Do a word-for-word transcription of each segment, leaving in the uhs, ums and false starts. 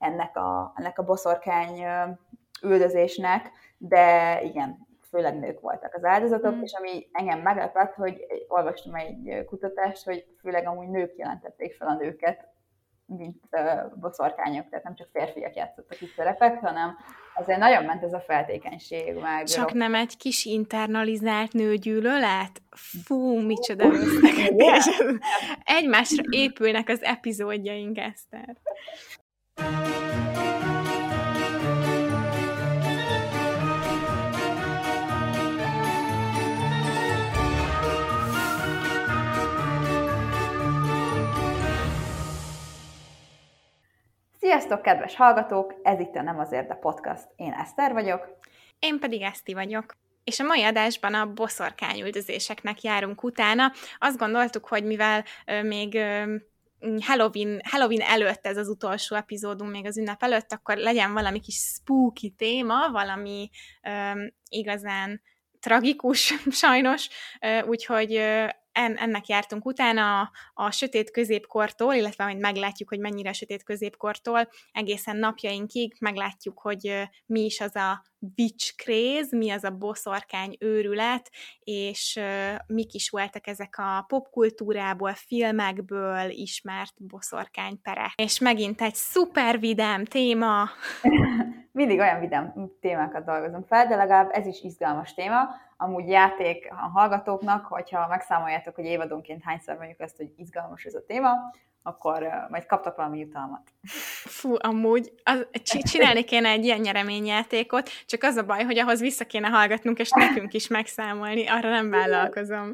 ennek a, ennek a boszorkány üldözésnek, de igen, főleg nők voltak az áldozatok, mm. és ami engem meglepett, hogy olvastam egy kutatást, hogy főleg amúgy nők jelentették fel a nőket, mint uh, boszorkányok, tehát nem csak férfiak játszottak itt szerepek, hanem azért nagyon ment ez a feltékenység. Meg csak rossz. Nem egy kis internalizált nőgyűlölet? Fú, micsoda összekötés. Egymásra épülnek az epizódjaink, Eszter. Sziasztok, kedves hallgatók! Ez itt a Nem azért, de podcast. Én Eszter vagyok. Én pedig Eszti vagyok. És a mai adásban a boszorkányüldözéseknek járunk utána. Azt gondoltuk, hogy mivel ö, még ö, Halloween, Halloween előtt ez az utolsó epizódunk, még az ünnep előtt, akkor legyen valami kis spooky téma, valami ö, igazán tragikus sajnos, ö, úgyhogy ö, En, ennek jártunk utána a, a sötét középkortól, illetve majd meglátjuk, hogy mennyire sötét középkortól, egészen napjainkig meglátjuk, hogy mi is az a witch craze, mi az a boszorkány őrület, és uh, mik is voltak ezek a popkultúrából, filmekből ismert boszorkányperek. És megint egy szuper vidám téma. Mindig olyan vidám témákat dolgozunk fel, de legalább ez is izgalmas téma. Amúgy játék a hallgatóknak, hogyha megszámoljátok, hogy évadonként hányszor mondjuk azt, hogy izgalmas ez a téma, akkor uh, majd kaptak valami jutalmat. Fú, amúgy az, csinálni kéne egy ilyen nyereményjátékot, csak az a baj, hogy ahhoz vissza kéne hallgatnunk, és nekünk is megszámolni, arra nem vállalkozom.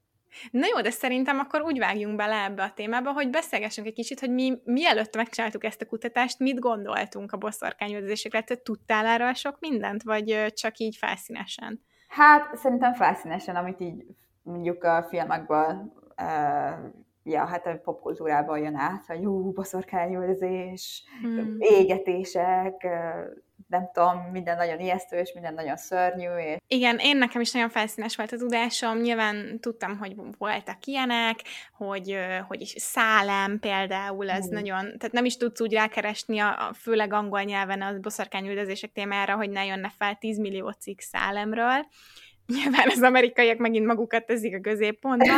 Na jó, de szerintem akkor úgy vágjunk bele ebbe a témába, hogy beszélgessünk egy kicsit, hogy mi mielőtt megcsináltuk ezt a kutatást, mit gondoltunk a boszorkányüldözésekre. Te tudtál erről sok mindent, vagy csak így felszínesen? Hát szerintem felszínesen, amit így mondjuk a filmekből, uh, ja, hát a popkultúrában jön át, hogy hú, boszorkányüldözés, hmm. égetések, uh, nem tudom, minden nagyon ijesztő, és minden nagyon szörnyű. És... Igen, én nekem is nagyon felszínes volt a tudásom, nyilván tudtam, hogy voltak ilyenek, hogy, hogy is Szálem például, ez hmm. nagyon, tehát nem is tudsz úgy rákeresni, a, a főleg angol nyelven a boszorkányüldözések témára, hogy ne jönne fel tíz millió cikk Szálemről. Nyilván az amerikaiak megint magukat teszik a középpontba.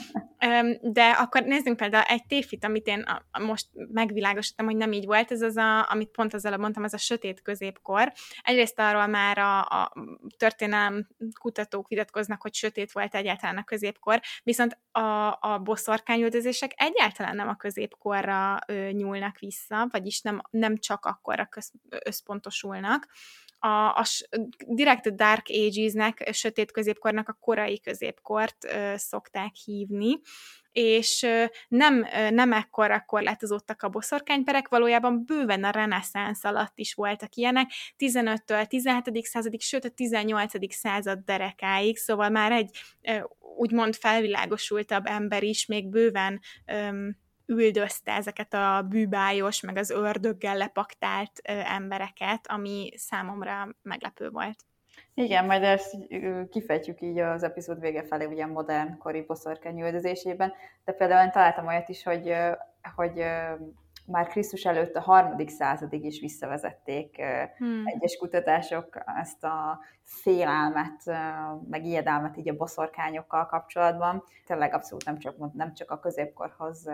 De akkor nézzünk például egy tévhit, amit én most megvilágosítottam, hogy nem így volt, ez az, a, amit pont az előbb mondtam, ez a sötét középkor. Egyrészt arról már a, a történelem kutatók vitatkoznak, hogy sötét volt egyáltalán a középkor, viszont a, a boszorkányüldözések egyáltalán nem a középkorra ö, nyúlnak vissza, vagyis nem, nem csak akkorra köz, összpontosulnak. A, a direkt a Dark Ages-nek, sötét középkornak a korai középkort ö, szokták hívni, és ö, nem, ö, nem ekkora korlátozottak a boszorkányperek, valójában bőven a reneszánsz alatt is voltak ilyenek, tizenöttől a tizenhetedik századig, sőt a tizennyolcadik század derekáig, szóval már egy ö, úgymond felvilágosultabb ember is még bőven ö, üldözte ezeket a bűbájos, meg az ördöggel lepaktált ö, embereket, ami számomra meglepő volt. Igen, majd ezt kifejtjük így az epizód vége felé, ugye modern kori boszorkány üldözésében, de például én találtam olyat is, hogy, hogy már Krisztus előtt a harmadik századig is visszavezették hmm. egyes kutatások ezt a félelmet, meg ijedelmet így a boszorkányokkal kapcsolatban. Tényleg abszolút nem csak, nem csak a középkorhoz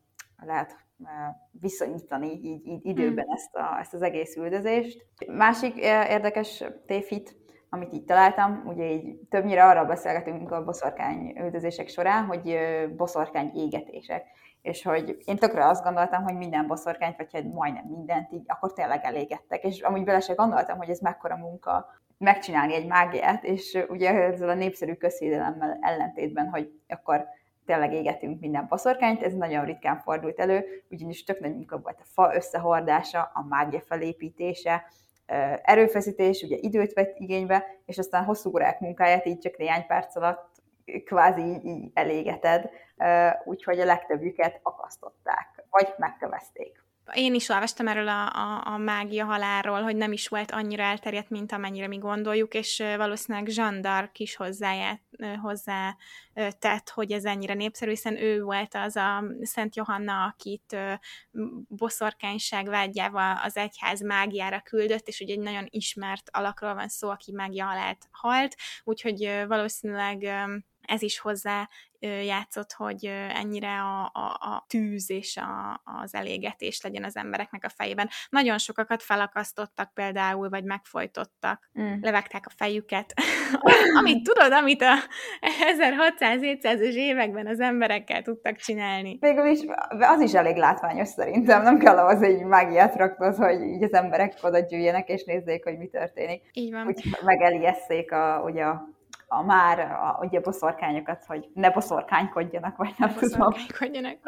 lehet viszonyítani így, így időben ezt, a, ezt az egész üldözést. Másik érdekes tévhit, amit így találtam, ugye így többnyire arról beszélgetünk a boszorkány üldözések során, hogy boszorkány égetések. És hogy én tökre azt gondoltam, hogy minden boszorkányt, vagy hát majdnem mindent így, akkor tényleg elégettek. És amúgy bele se gondoltam, hogy ez mekkora munka megcsinálni egy mágiát, és ugye ezzel a népszerű közhiedelemmel ellentétben, hogy akkor tényleg égetünk minden boszorkányt, ez nagyon ritkán fordult elő, ugyanis tök nagy munka volt a fa összehordása, a mágia felépítése, erőfeszítés, ugye időt vett igénybe, és aztán hosszú órák munkáját így csak néhány perc alatt kvázi így, így elégeted, úgyhogy a legtöbbjüket akasztották, vagy megkövezték. Én is olvastam erről a, a, a mágia halálról, hogy nem is volt annyira elterjedt, mint amennyire mi gondoljuk, és valószínűleg Jeanne d'Arc is hozzáját, hozzá tett, hogy ez ennyire népszerű, hiszen ő volt az a Szent Johanna, akit boszorkányság vágyával az egyház mágiára küldött, és ugye egy nagyon ismert alakról van szó, aki mágia alá halt, úgyhogy valószínűleg ez is hozzá játszott, hogy ennyire a, a, a tűz és a, az elégetés legyen az embereknek a fejében. Nagyon sokakat felakasztottak például, vagy megfojtottak, mm. levágták a fejüket. Amit tudod, amit a ezerhatszáz-hétszázas években az emberekkel tudtak csinálni. Végül is az is elég látványos szerintem, nem kell ahhoz egy mágiát raktod, hogy így az emberek oda gyűjjenek és nézzék, hogy mi történik. Így van. Úgy megelijesszék a, ugye a a már a, ugye boszorkányokat, hogy ne boszorkánykodjanak, vagy nem tudom. Boszorkánykodjanak.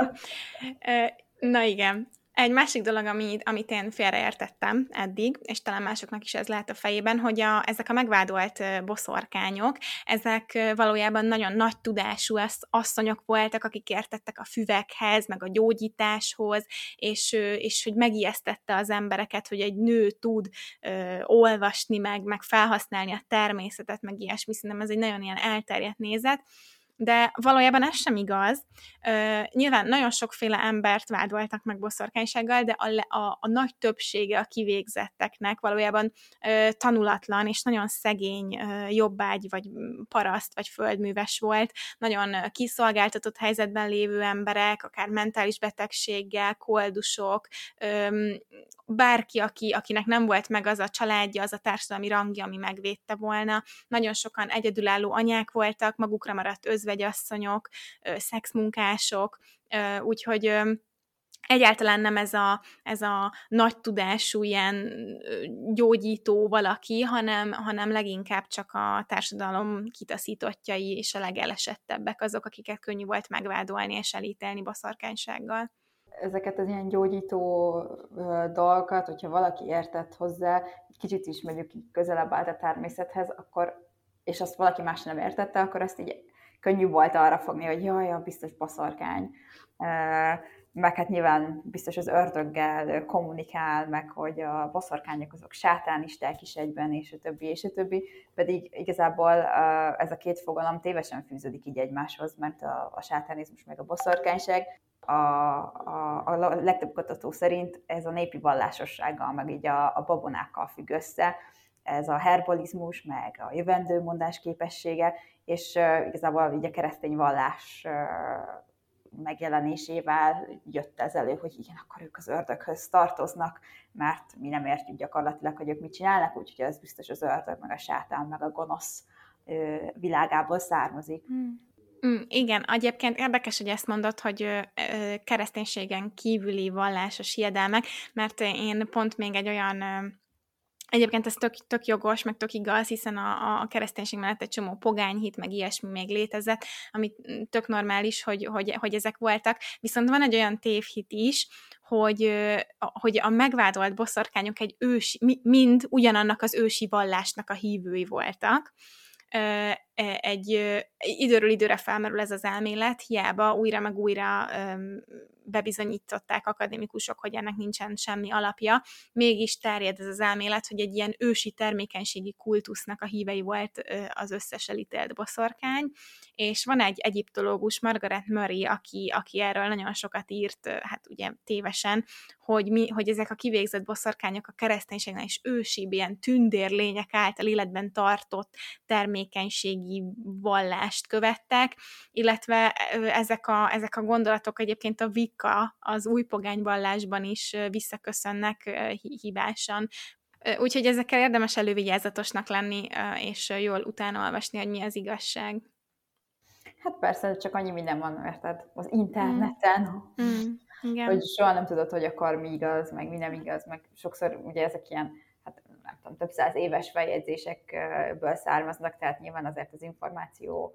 Na igen. Egy másik dolog, amit, amit én félreértettem eddig, és talán másoknak is ez lehet a fejében, hogy a, ezek a megvádolt boszorkányok, ezek valójában nagyon nagy tudású asszonyok voltak, akik értettek a füvekhez, meg a gyógyításhoz, és, és hogy megijesztette az embereket, hogy egy nő tud ö, olvasni, meg, meg felhasználni a természetet, meg ilyesmi. Szerintem ez egy nagyon ilyen elterjedt nézet, de valójában ez sem igaz. Uh, nyilván nagyon sokféle embert vádoltak meg boszorkánysággal, de a, a, a nagy többsége a kivégzetteknek valójában uh, tanulatlan és nagyon szegény uh, jobbágy, vagy paraszt, vagy földműves volt. Nagyon uh, kiszolgáltatott helyzetben lévő emberek, akár mentális betegséggel, koldusok, um, bárki, aki, akinek nem volt meg az a családja, az a társadalmi rangja, ami megvédte volna. Nagyon sokan egyedülálló anyák voltak, magukra maradt özvegyasszonyok, szexmunkások, úgyhogy egyáltalán nem ez a, ez a nagy tudású ilyen gyógyító valaki, hanem, hanem leginkább csak a társadalom kitaszítottjai és a legelesettebbek azok, akiket könnyű volt megvádolni és elítélni boszorkánysággal. Ezeket az ilyen gyógyító dolgokat, hogyha valaki értett hozzá, kicsit is mondjuk közelebb állt a természethez, akkor, és azt valaki más nem értette, akkor azt így könnyű volt arra fogni, hogy jaj, biztos boszorkány. Meg hát nyilván biztos az ördöggel kommunikál, meg hogy a boszorkányok azok sátánisták is egyben, és a többi, és a többi. Pedig igazából ez a két fogalom tévesen fűződik így egymáshoz, mert a, a sátánizmus meg a boszorkányság a, a, a legtöbb kutató szerint ez a népi vallásossággal, meg így a, a babonákkal függ össze, ez a herbolizmus, meg a jövendőmondás képessége, és uh, igazából így a keresztény vallás uh, megjelenésével jött ez elő, hogy igen, akkor ők az ördöghöz tartoznak, mert mi nem értjük gyakorlatilag, hogy ők mit csinálnak, úgyhogy ez biztos az ördög, meg a sátán, meg a gonosz uh, világából származik. Hmm. Mm, igen, egyébként érdekes, hogy ezt mondod, hogy ö, ö, kereszténységen kívüli vallásos hiedelmek, mert én pont még egy olyan... Ö, Egyébként ez tök, tök jogos, meg tök igaz, hiszen a, a kereszténység mellett egy csomó pogányhit, meg ilyesmi még létezett, ami tök normális, hogy, hogy, hogy ezek voltak. Viszont van egy olyan tévhit is, hogy, hogy a megvádolt boszorkányok egy ősi, mind ugyanannak az ősi vallásnak a hívői voltak. Egy időről időre felmerül ez az elmélet, hiába újra meg újra bebizonyították akadémikusok, hogy ennek nincsen semmi alapja, mégis terjed ez az elmélet, hogy egy ilyen ősi termékenységi kultusznak a hívei volt az összes elítélt boszorkány, és van egy egyiptológus, Margaret Murray, aki, aki erről nagyon sokat írt, hát ugye tévesen, hogy, mi, hogy ezek a kivégzett boszorkányok a kereszténységnél is ősibb, ilyen tündérlények által életben tartott termékenységi vallást követtek, illetve ezek a, ezek a gondolatok egyébként a Wicca, az új pogányvallásban is visszaköszönnek hibásan. Úgyhogy ezekkel érdemes elővigyázatosnak lenni, és jól utána olvasni, hogy mi az igazság. Hát persze, csak annyi minden van, érted? Az interneten, mm. Mm. Igen. hogy soha nem tudod, hogy akkor mi igaz, meg mi nem igaz, meg sokszor ugye ezek ilyen, hát nem tudom, több száz éves feljegyzésekből származnak, tehát nyilván azért az információ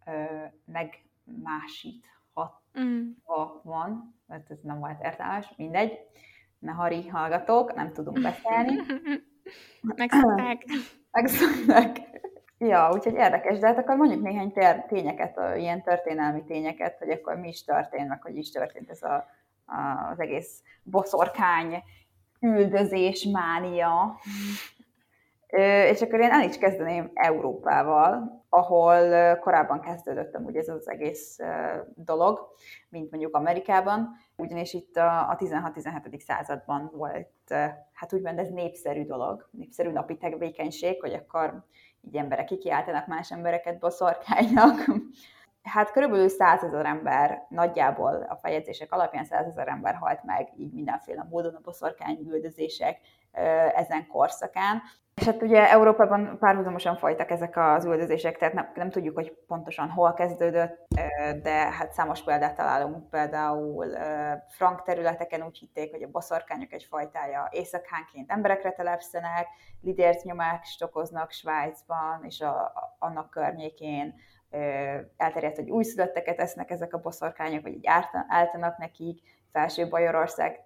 megmásíthatva mm. van, mert ez nem volt értelmes, mindegy, ne Hari hallgatók, nem tudunk beszélni. Megszokták. Megszokták. Ja, úgyhogy érdekes, de hát akkor mondjuk néhány tényeket, ilyen történelmi tényeket, hogy akkor mi is történt, meg hogy is történt ez a, a, az egész boszorkány üldözés mánia. És akkor én el is kezdeném Európával, ahol korábban kezdődött amúgy ez az egész dolog, mint mondjuk Amerikában, ugyanis itt a tizenhat-tizenhetedik században volt, hát úgymond ez népszerű dolog, népszerű napi tevékenység, hogy akkor így emberek kikiáltanak más embereket boszorkánynak. Hát körülbelül százezer ember, nagyjából a feljegyzések alapján százezer ember halt meg így mindenféle módon a boszorkányüldözések ezen korszakán. És hát ugye Európában párhuzamosan folytak ezek az üldözések, tehát nem, nem tudjuk, hogy pontosan hol kezdődött, de hát számos példát találunk, például frank területeken úgy hitték, hogy a boszorkányok egy fajtája éjszakánként emberekre telepszenek, lidércnyomák okoznak Svájcban és a, a, annak környékén, elterjedt, hogy újszülötteket esznek ezek a boszorkányok, vagy így áltanak nekik. Felső Bajorország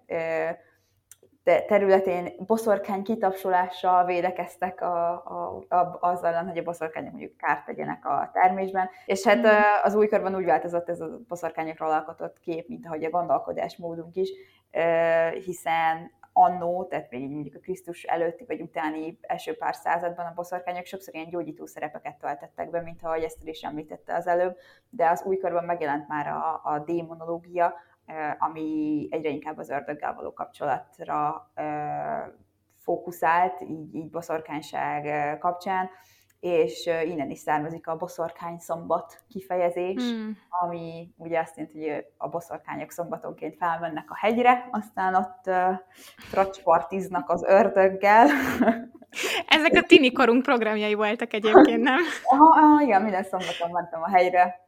területén boszorkány kitapsolással védekeztek a, a, a, azzal, hogy a boszorkányok mondjuk kárt tegyenek a termésben. És hát az újkorban úgy változott ez a boszorkányokról alkotott kép, mint ahogy a gondolkodásmódunk is, hiszen annó, tehát még mondjuk a Krisztus előtti vagy utáni első pár században a boszorkányok sokszor ilyen gyógyító szerepeket töltettek be, mint ahogy ezt is említette az előbb, de az újkorban megjelent már a, a démonológia, ami egyre inkább az ördöggel való kapcsolatra fókuszált, így, így boszorkányság kapcsán, és innen is származik a boszorkány szombat kifejezés, hmm. ami ugye azt jelenti, hogy a boszorkányok szombatonként felmennek a hegyre, aztán ott uh, tracspartiznak az ördöggel. Ezek a tini korunk programjai voltak egyébként, nem? Aha, igen, minden szombaton mentem a hegyre.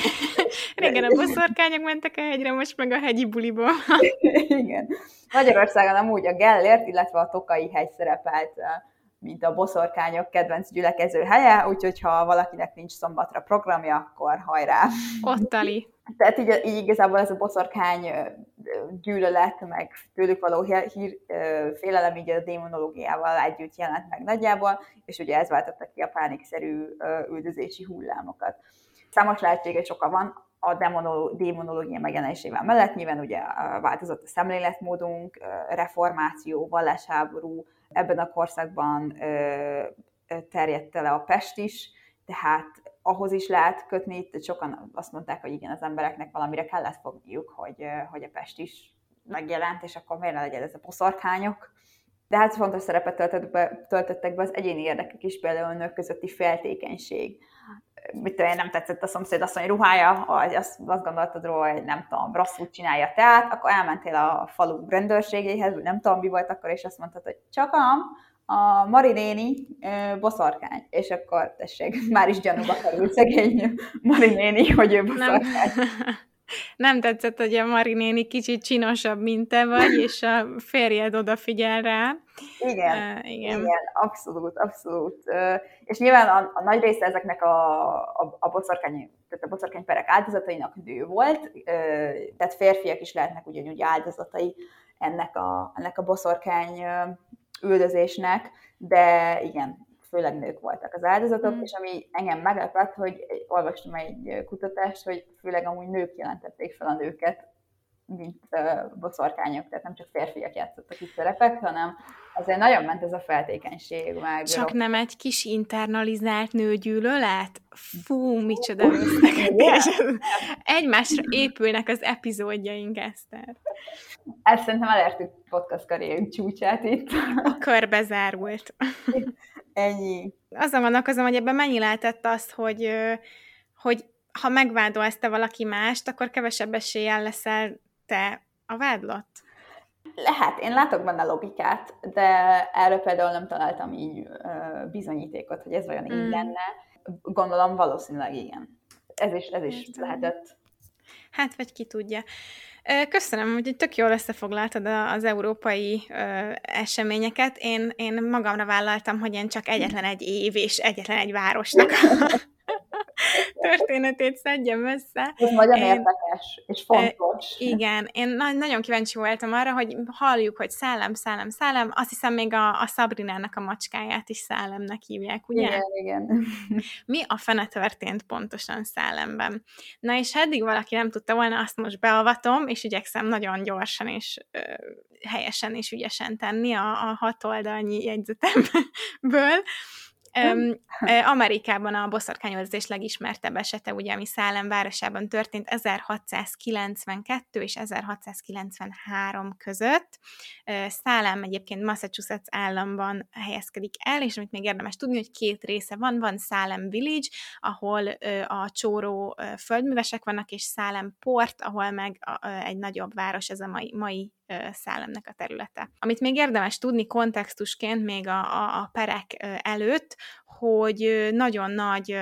Régen a boszorkányok mentek a hegyre, most meg a hegyi buliba. Igen. Magyarországon amúgy a Gellért, illetve a Tokai hegy szerepelt, mint a boszorkányok kedvenc gyülekező helye, úgyhogy ha valakinek nincs szombatra programja, akkor hajrá! Ottali. Tehát így, így igazából ez a boszorkány gyűlölet, meg tőlük való hír, félelem így a démonológiával együtt jelent meg nagyjából, és ugye ez váltotta ki a pánikszerű üldözési hullámokat. Számos lehetséges oka van a démonológia megjelenésével mellett, nyilván ugye változott a szemléletmódunk, reformáció, vallásháború, ebben a korszakban terjedt le a pest is, tehát ahhoz is lehet kötni, itt sokan azt mondták, hogy igen, az embereknek valamire kellett fogniuk, hogy, hogy a pest is megjelent, és akkor miért ne legyen ez a boszorkányok. De hát fontos szerepet töltött be, töltöttek be az egyéni érdekek is, például a nők közötti féltékenység. Mit tudom, nem tetszett a szomszéd asszony ruhája, vagy azt, azt gondoltad róla, hogy nem tudom, rosszul csinálja teát, akkor elmentél a falu rendőrségéhez, vagy nem tudom, mi volt akkor, és azt mondtad, hogy csakam, a Mari néni boszorkány, és akkor tessék, már is gyanúba került szegény Mari néni, hogy ő boszorkány. Nem. Nem tetszett, hogy a Mari néni kicsit csinosabb, mint te vagy, és a férjed odafigyel rá. Igen, uh, igen. igen, abszolút, abszolút. Uh, és nyilván a, a nagy része ezeknek a, a, a boszorkány, tehát a boszorkányperek áldozatainak nő volt, uh, tehát férfiak is lehetnek ugyanúgy áldozatai ennek a, ennek a boszorkány uh, üldözésnek, de igen, főleg nők voltak az áldozatok, mm. és ami engem meglepett, hogy olvastam egy kutatást, hogy főleg amúgy nők jelentették fel a nőket, mint uh, boszorkányok, tehát nem csak férfiak játszottak itt szerepek, hanem azért nagyon ment ez a feltékenység. Meg csak rossz. Nem egy kis internalizált nőgyűlölet? Fú, micsoda összegetés. Egymásra épülnek az epizódjaink, Eszter. Ezt szerintem elértük podcast karrierünk csúcsát itt. A körbe zárult. Ennyi. Azon gondolkozom, hogy ebben mennyi lehetett azt, hogy, hogy ha megvádolsz te valaki mást, akkor kevesebb eséllyel leszel te a vádlott? Lehet, én látok benne logikát, de erről például nem találtam így bizonyítékot, hogy ez olyan mm. így lenne. Gondolom valószínűleg igen. Ez is, ez is lehetett. Hát, vagy ki tudja. Köszönöm, hogy tök jól összefoglaltad az európai ö, eseményeket. Én, én magamra vállaltam, hogy én csak egyetlen egy év és egyetlen egy városnak történetét szedjem össze. Ez nagyon Én, érdekes, és fontos. Igen, én na- nagyon kíváncsi voltam arra, hogy halljuk, hogy szellem, szellem, szellem, azt hiszem még a, a Sabrinának a macskáját is szellemnek hívják, ugye? Igen, igen. Mi a fene történt pontosan szellemben? Na és ha eddig valaki nem tudta volna, azt most beavatom, és igyekszem nagyon gyorsan és ö, helyesen és ügyesen tenni a, a hat oldalnyi jegyzetemből. Um, Amerikában a boszorkányüldözés legismertebb esete, ugye, ami Salem városában történt ezerhatszázkilencvenkettő és ezerhatszázkilencvenhárom között. Uh, Salem egyébként Massachusetts államban helyezkedik el, és amit még érdemes tudni, hogy két része van, van Salem Village, ahol uh, a csóró uh, földművesek vannak, és Salem Port, ahol meg uh, egy nagyobb város, ez a mai, mai Salemnek a területe. Amit még érdemes tudni kontextusként még a, a, a perek előtt, hogy nagyon nagy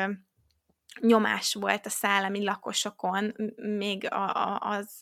nyomás volt a szálemi lakosokon még a, a, az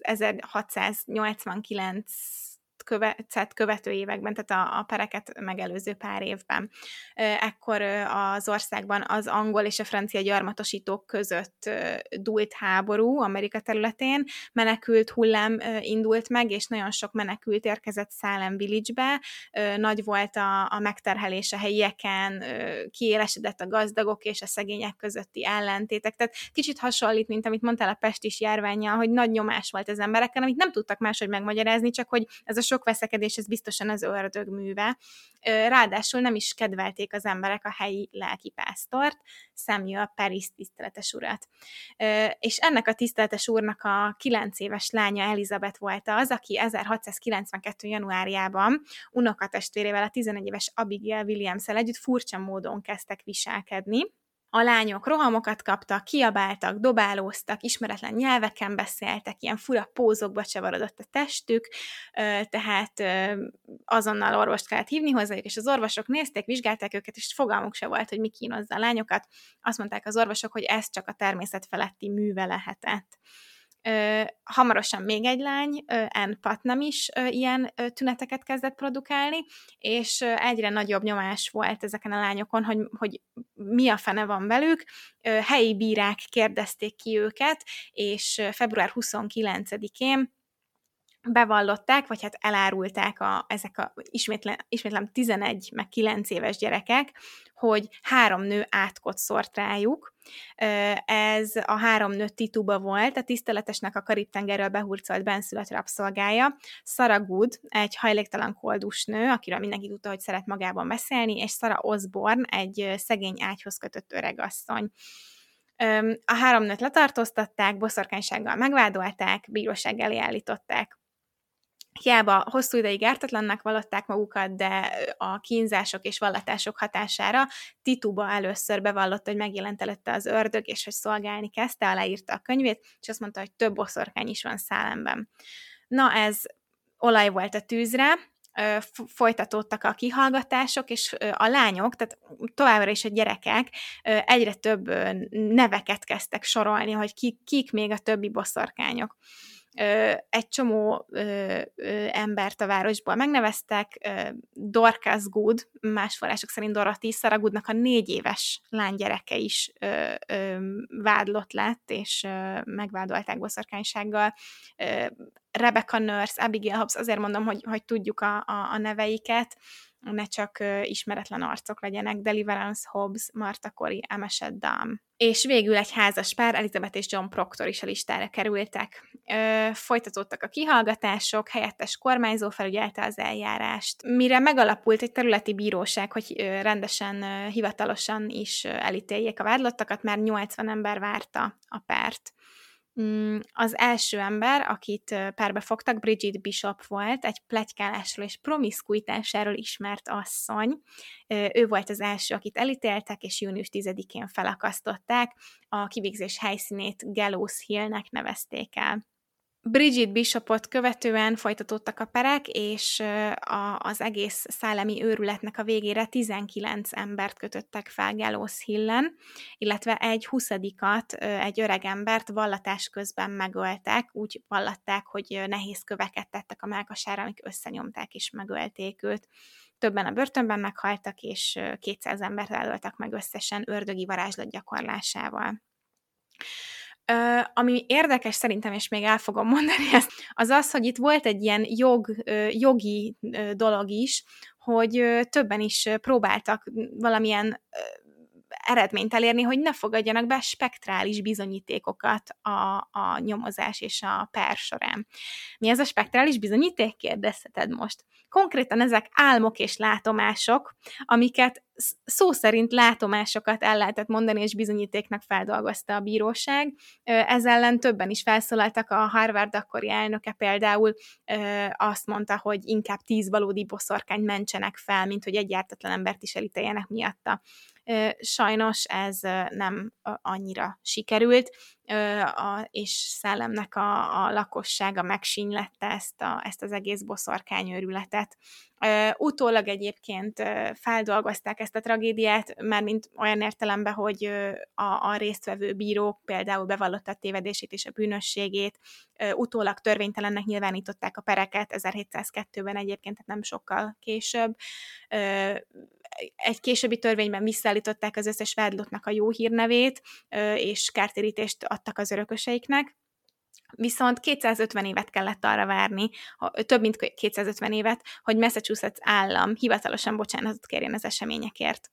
ezerhatszáznyolcvankilenc követett követő években, tehát a, a pereket megelőző pár évben. Ekkor az országban az angol és a francia gyarmatosítók között dúlt háború Amerika területén, menekült hullám indult meg, és nagyon sok menekült érkezett Salem Village-be, nagy volt a, a megterhelés a helyieken, kiélesedett a gazdagok és a szegények közötti ellentétek, tehát kicsit hasonlít, mint amit mondtál a pestis járvánnyal, hogy nagy nyomás volt az embereken, amit nem tudtak máshogy megmagyarázni, csak hogy ez a sok veszekedés, ez biztosan az ördög műve. Ráadásul nem is kedvelték az emberek a helyi lelkipásztort, Samuel Paris tiszteletes urat. És ennek a tiszteletes úrnak a kilenc éves lánya Elizabeth volt az, aki ezerhatszázkilencvenkettő januárjában unokatestvérével, a tizenegy éves Abigail Williams-el együtt furcsa módon kezdtek viselkedni. A lányok rohamokat kaptak, kiabáltak, dobálóztak, ismeretlen nyelveken beszéltek, ilyen fura pózokba csavarodott a testük, tehát azonnal orvost kellett hívni hozzájuk, és az orvosok nézték, vizsgálták őket, és fogalmuk se volt, hogy mi kínozza a lányokat. Azt mondták az orvosok, hogy ez csak a természet feletti műve lehetett. Uh, hamarosan még egy lány, uh, Ann Putnam is uh, ilyen uh, tüneteket kezdett produkálni, és uh, egyre nagyobb nyomás volt ezeken a lányokon, hogy, hogy mi a fene van velük. Uh, helyi bírák kérdezték ki őket, és uh, február huszonkilencedikén bevallották, vagy hát elárulták a, ezek a ismétlem, ismétlem tizenegy meg kilenc éves gyerekek, hogy három nő átkot szórt rájuk. Ez a három nő Tituba volt, a tiszteletesnek a Karib-tengerről behurcolt benszülött rabszolgája, Sarah Good, egy hajléktalan koldus nő, akiről mindenki tudta, hogy szeret magában beszélni, és Sarah Osborne, egy szegény ágyhoz kötött öregasszony. A három nőt letartóztatták, boszorkánysággal megvádolták, bíróság elé állították. Hiába hosszú ideig ártatlannak vallották magukat, de a kínzások és vallatások hatására Tituba először bevallotta, hogy megjelent előtte az ördög, és hogy szolgálni kezdte, aláírta a könyvét, és azt mondta, hogy több boszorkány is van Salemben. Na, ez olaj volt a tűzre, folytatódtak a kihallgatások, és a lányok, tehát továbbra is a gyerekek egyre több neveket kezdtek sorolni, hogy kik, kik még a többi boszorkányok. Egy csomó ö, ö, embert a városból megneveztek, ö, Dorcas Good, más források szerint Dorothy, Sarah Goodnak a négy éves lánygyereke is ö, ö, vádlott lett, és ö, megvádolták boszorkánysággal. Ö, Rebecca Nurse, Abigail Hobbs, azért mondom, hogy, hogy tudjuk a, a, a neveiket, ne csak ö, ismeretlen arcok legyenek, Deliverance Hobbs, Martha Corey, Emesett Dahm. És végül egy házas pár, Elizabeth és John Proctor is a listára kerültek. Ö, folytatódtak a kihallgatások, helyettes kormányzó felügyelte az eljárást. Mire megalapult egy területi bíróság, hogy ö, rendesen, ö, hivatalosan is ö, elítéljék a vádlottakat, már nyolcvan ember várta a pert. Az első ember, akit perbe fogtak, Bridget Bishop volt, egy pletykálásról és promiszkuitásáról ismert asszony. Ő volt az első, akit elítéltek, és június tizedikén felakasztották. A kivégzés helyszínét Gallows Hillnek nevezték el. Bridget Bishopot követően folytatódtak a perek, és a, az egész szálemi őrületnek a végére tizenkilenc embert kötöttek fel Gallows Hillen, illetve egy huszadikat, egy öreg embert vallatás közben megöltek, úgy vallatták, hogy nehéz köveket tettek a mellkasára, amik összenyomták és megölték őt. Többen a börtönben meghaltak, és kétszáz embert vádoltak meg összesen ördögi varázslat gyakorlásával. Ö, ami érdekes szerintem, és még el fogom mondani ezt, az az, hogy itt volt egy ilyen jog, ö, jogi ö, dolog is, hogy ö, többen is ö, próbáltak valamilyen ö, eredményt elérni, hogy ne fogadjanak be spektrális bizonyítékokat a, a nyomozás és a per során. Mi ez a spektrális bizonyíték? Kérdezheted most. Konkrétan ezek álmok és látomások, amiket szó szerint látomásokat el lehetett mondani, és bizonyítéknak feldolgozta a bíróság. Ez ellen többen is felszólaltak, a Harvard akkori elnöke például azt mondta, hogy inkább tíz valódi boszorkányt mentsenek fel, mint hogy egy ártatlan embert is elítéljenek miatta. Sajnos ez nem annyira sikerült, és Szellemnek a, a lakossága megsínylette ezt, a, ezt az egész boszorkányőrületet. Utólag egyébként feldolgozták ezt a tragédiát, már mint olyan értelemben, hogy a, a résztvevő bírók például bevallotta a tévedését és a bűnösségét, utólag törvénytelennek nyilvánították a pereket, ezerhétszázkettőben egyébként, tehát nem sokkal később. Egy későbbi törvényben visszaállították az összes vádlottnak a jó hírnevét, és kártérítést adtak az örököseiknek. Viszont kétszázötven évet kellett arra várni, több mint kétszázötven évet, hogy Massachusetts állam hivatalosan bocsánatot kérjen az eseményekért.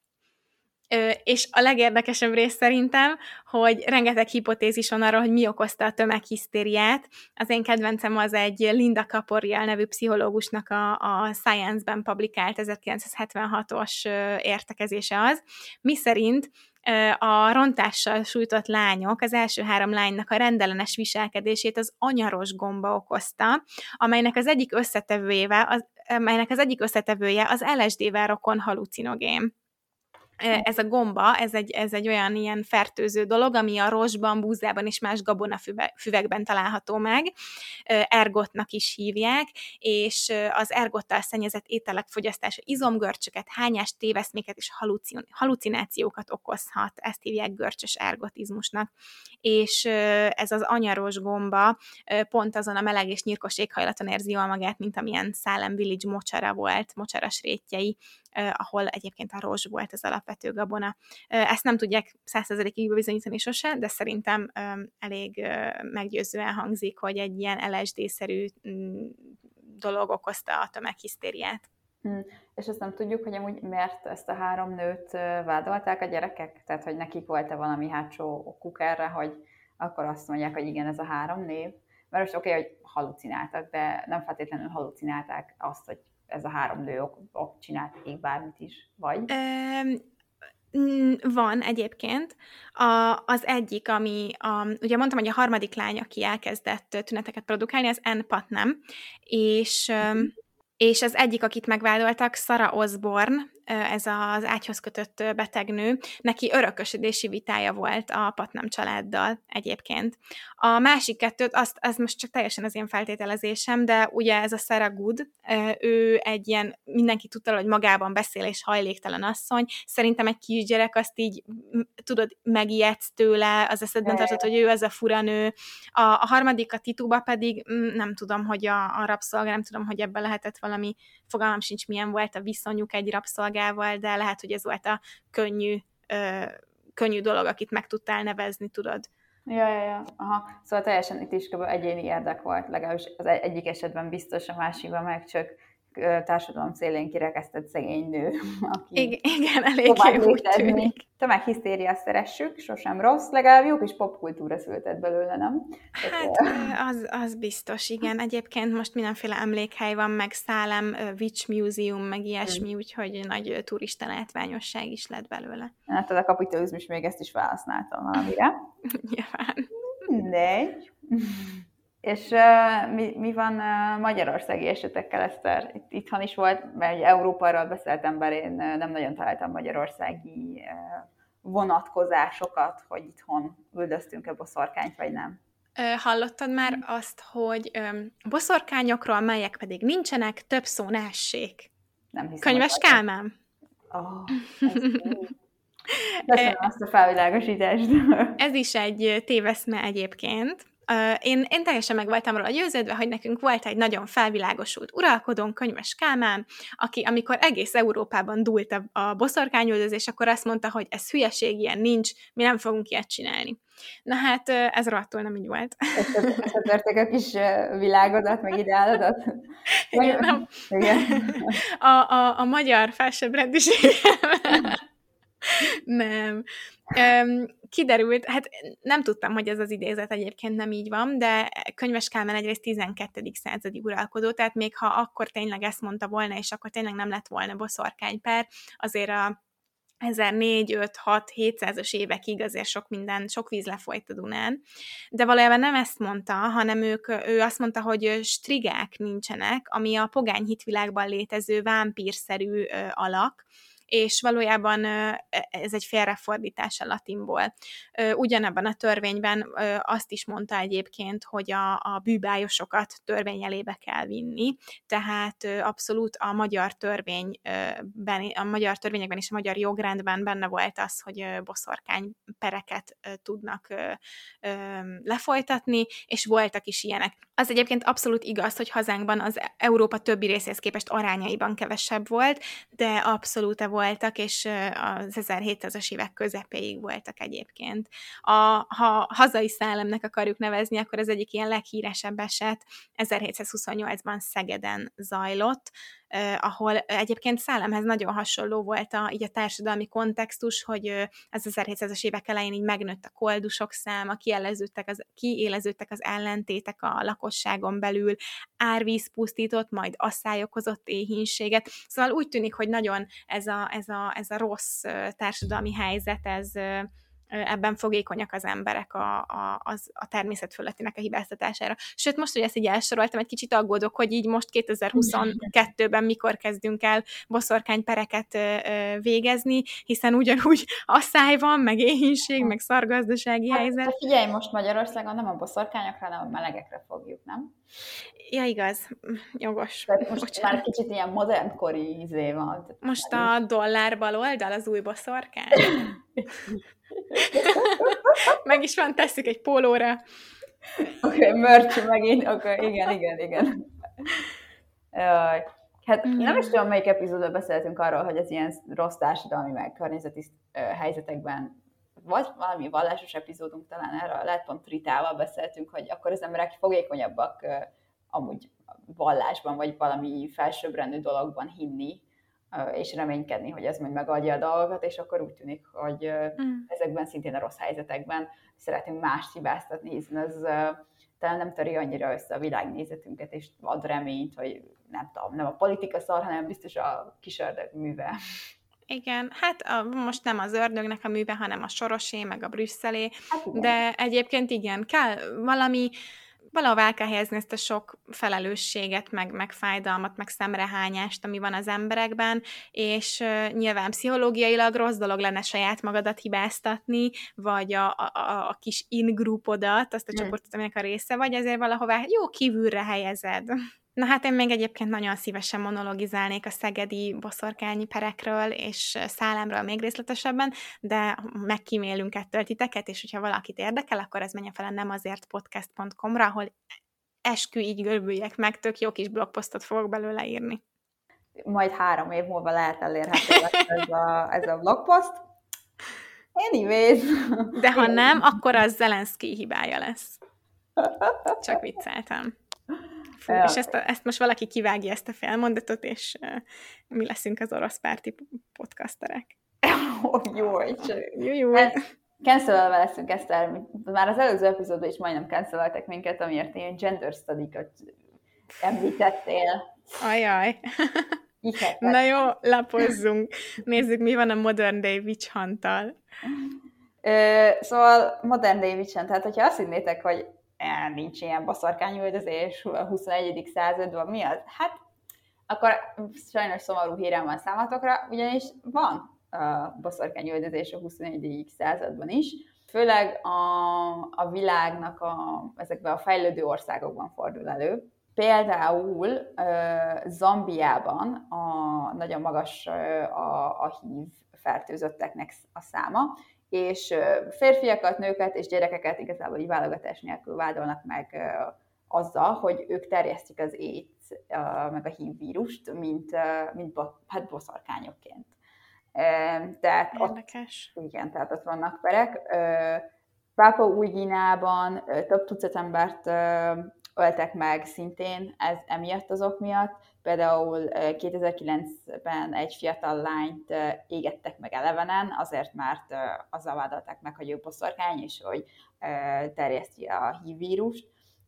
És a legérdekesebb rész szerintem, hogy rengeteg hipotézis van arról, hogy mi okozta a tömeghisztériát. Az én kedvencem az egy Linda Kaporiel nevű pszichológusnak a, a Science-ben publikált ezerkilencszázhetvenhatos értekezése az, miszerint a rontással sújtott lányok, az első három lánynak a rendellenes viselkedését az anyaros gomba okozta, amelynek az egyik összetevője az, amelynek az egyik összetevője az el es dé-vel rokon halucinogén. Ez a gomba, ez egy, ez egy olyan ilyen fertőző dolog, ami a rozsban, búzában és más gabonafüvekben található meg. Ergotnak is hívják, és az ergottal szennyezett ételek fogyasztása izomgörcsöket, hányást, téveszméket és halucin- halucinációkat okozhat. Ezt hívják görcsös ergotizmusnak. És ez az anyaros gomba pont azon a meleg és nyírkos éghajlaton érzi jól magát, mint amilyen Salem Village mocsara volt, mocsaras rétjei, ahol egyébként a rozs volt az alapvető gabona. Ezt nem tudják száz százalékig bizonyítani sose, de szerintem elég meggyőzően hangzik, hogy egy ilyen el es dé-szerű dolog okozta a tömeghisztériát. Hmm. És azt nem tudjuk, hogy amúgy miért ezt a három nőt vádolták a gyerekek? Tehát, hogy nekik volt-e valami hátsó okuk erre, hogy akkor azt mondják, hogy igen, ez a három név? Mert most oké, okay, hogy halucináltak, de nem feltétlenül halucinálták azt, hogy ez a három nő ok, ok csinált így bármit is, vagy? Um, van egyébként. A, az egyik, ami, a, ugye mondtam, hogy a harmadik lány, aki elkezdett tüneteket produkálni, az Ann Putnam, és, mm. és az egyik, akit megvádoltak, Sarah Osborne, ez az ágyhoz kötött betegnő, neki örökösödési vitája volt a Putnam családdal egyébként. A másik kettőt, azt, az most csak teljesen az én feltételezésem, de ugye ez a Sarah Good, ő egy ilyen, mindenki tudta, hogy magában beszél és hajléktalan asszony, szerintem egy kisgyerek azt így, tudod, megijedsz tőle, az eszedben tartott, hogy ő az a fura nő. A, a harmadik, a Tituba pedig, nem tudom, hogy a, a rabszolga, nem tudom, hogy ebben lehetett valami, fogalmam sincs, milyen volt a viszonyuk egy rabszolgával, de lehet, hogy ez volt a könnyű, ö, könnyű dolog, akit meg tudtál nevezni, tudod. Ja, ja, ja. Aha. Szóval teljesen itt is kb. Egyéni érdek volt, legalábbis az egyik esetben biztos, a másikban meg csak társadalom szélén kirekesztett szegény nő, aki igen, igen, eléggé úgy tűnik. Tömeghisztéria szeressük, sosem rossz, legalább jó kis popkultúra született belőle, nem? Hát az, az biztos, igen. Egyébként most mindenféle emlékhely van, meg Salem Witch Museum, meg ilyesmi, hmm. úgyhogy nagy turista látványosság is lett belőle. Hát a kapitalizmus még ezt is felhasználta valamire. Nyilván. Mindegy. És uh, mi, mi van uh, magyarországi esetekkel, Eszter? Itt, itthon is volt, mert ugye Európáról beszéltem, bár én uh, nem nagyon találtam magyarországi uh, vonatkozásokat, hogy itthon üldöztünk-e boszorkányt, vagy nem. Hallottad már azt, hogy um, boszorkányokról, melyek pedig nincsenek, több szó ne essék? Nem hiszem. Könyves Kálmán. Oh, köszönöm azt a felvilágosítást. Ez is egy téveszme egyébként. Én, én teljesen meg voltam róla győződve, hogy nekünk volt egy nagyon felvilágosult uralkodónk, Könyves Kálmán, aki amikor egész Európában dúlt a, a boszorkányüldözés, akkor azt mondta, hogy ez hülyeség, ilyen nincs, mi nem fogunk ilyet csinálni. Na hát ez rohadtul nem így volt. Összetörték a kis világodat, meg ideálodat? Igen, nem. Igen. A, a, a magyar felsőbbrendiség. Nem. Um, kiderült, hát nem tudtam, hogy ez az idézet egyébként nem így van, de Könyves Kálmán egyrészt tizenkettedik századi uralkodó, tehát még ha akkor tényleg ezt mondta volna, és akkor tényleg nem lett volna boszorkányper, azért a ezernégyszáz, öt, hat, hétszázas évekig azért sok minden, sok víz lefolyt a Dunán, de valójában nem ezt mondta, hanem ők, ő azt mondta, hogy strigák nincsenek, ami a pogány hitvilágban létező vámpírszerű alak, és valójában ez egy félrefordítás a latinból. Ugyanebben a törvényben azt is mondta egyébként, hogy a, a bűbályosokat törvény elébe kell vinni, tehát abszolút a magyar törvényben, a magyar törvényekben és a magyar jogrendben benne volt az, hogy boszorkánypereket tudnak lefolytatni, és voltak is ilyenek. Az egyébként abszolút igaz, hogy hazánkban az Európa többi részéhez képest arányaiban kevesebb volt, de abszolút voltak, és az ezerhétszázas évek közepéig voltak egyébként. A, ha hazai szellemnek akarjuk nevezni, akkor az egyik ilyen leghíresebb eset ezerhétszázhuszonnyolcban Szegeden zajlott, Uh, ahol egyébként szellemhez nagyon hasonló volt a, így a társadalmi kontextus, hogy uh, az ezerhétszázas évek elején így megnőtt a koldusok száma, kiéleződtek az, kiéleződtek az ellentétek a lakosságon belül, árvíz pusztított, majd asszály okozott éhínséget. Szóval úgy tűnik, hogy nagyon ez a, ez a, ez a rossz uh, társadalmi helyzet, ez uh, ebben fogékonyak az emberek a, a, az, a természet fölöttinek a hibáztatására. Sőt, most, hogy ezt így elsoroltam, egy kicsit aggódok, hogy így most kétezer-huszonkettőben mikor kezdünk el boszorkánypereket végezni, hiszen ugyanúgy asszály van, meg éhínség, meg szargazdasági hát, helyzet. Figyelj, most Magyarországon nem a boszorkányokra, hanem a melegekre fogjuk, nem? Ja, igaz. Jogos. Tehát most Bocsánat. Már kicsit ilyen modernkori izé van. Most a dollár bal oldal az új boszorkány. Meg is van, tesszük egy pólóra. Oké, okay, merch megint, oké, okay, igen, igen, igen. Jaj. Hát mm. nem is tudom, melyik epizódban beszéltünk arról, hogy az ilyen rossz társadalmi meg környezeti uh, helyzetekben, vagy valami vallásos epizódunk talán erről, lehet pont Ritával beszéltünk, hogy akkor az emberek fogékonyabbak uh, amúgy vallásban, vagy valami felsőbbrendű dologban hinni, és reménykedni, hogy ez majd megoldja a dolgokat, és akkor úgy tűnik, hogy mm. ezekben szintén a rossz helyzetekben szeretünk mást hibáztatni, hiszen ez uh, talán nem töri annyira össze a világnézetünket, és ad reményt, hogy nem tudom, nem a politika szar, hanem biztos a kis ördög műve. Igen, hát a, most nem az ördögnek a műve, hanem a sorosé, meg a brüsszelé, hát de egyébként igen, kell valami, valahová el kell helyezni ezt a sok felelősséget, meg, meg fájdalmat, meg szemrehányást, ami van az emberekben, és uh, nyilván pszichológiailag rossz dolog lenne saját magadat hibáztatni, vagy a, a, a kis in-groupodat, azt a hmm. csoportot, aminek a része vagy, ezért valahová jó kívülre helyezed. Na hát én még egyébként nagyon szívesen monologizálnék a szegedi boszorkányi perekről és Szálemről még részletesebben, de megkímélünk ettől titeket, és hogyha valakit érdekel, akkor ez menjen fel a nemazért podcast pont com-ra, ahol eskü, így görbüljek meg, tök jó kis blogposztot fogok belőle írni. Majd három év múlva lehet elérhető ez a, ez a blogpost. Anyways. De ha nem, akkor az Zelenszky hibája lesz. Csak vicceltem. Fú, és ezt, a, ezt most valaki kivágja ezt a felmondatot, és uh, mi leszünk az orosz párti podcasterek. Oh, jó, jó, jó. Cancelelve leszünk ezt el. Már az előző epizódban is majdnem canceleltek minket, amiért ilyen gender study-kat említettél. Ajaj. Na jó, lapozzunk. Nézzük, mi van a Modern Day Witch Hunt-tal. Szóval Modern Day Witch Hunt, tehát hogyha azt hinnétek, hogy nincs ilyen boszorkányüldözés a huszonegyedik században, mi az? Hát, akkor sajnos szomorú hírem van számotokra, ugyanis van uh, boszorkányüldözés a huszonegyedik században is, főleg a, a világnak a, ezekben a fejlődő országokban fordul elő. Például uh, Zambiában a, nagyon magas uh, a, a hív fertőzötteknek a száma, és uh, férfiakat, nőket és gyerekeket igazából így válogatás nélkül vádolnak meg uh, azzal, hogy ők terjesztik az AIDS, uh, meg a hív vírust, mint, uh, mint bo, hát boszorkányokként. Uh, tehát Érdekes. Ott, igen, tehát ott vannak perek. Uh, Pápua Új-Guineában uh, több tucat embert uh, öltek meg szintén ez emiatt az ok miatt. Például kétezer-kilencben egy fiatal lányt égettek meg elevenen, azért, mert azzal vádolták meg, hogy ő boszorkány, és hogy terjeszti a hív vírust.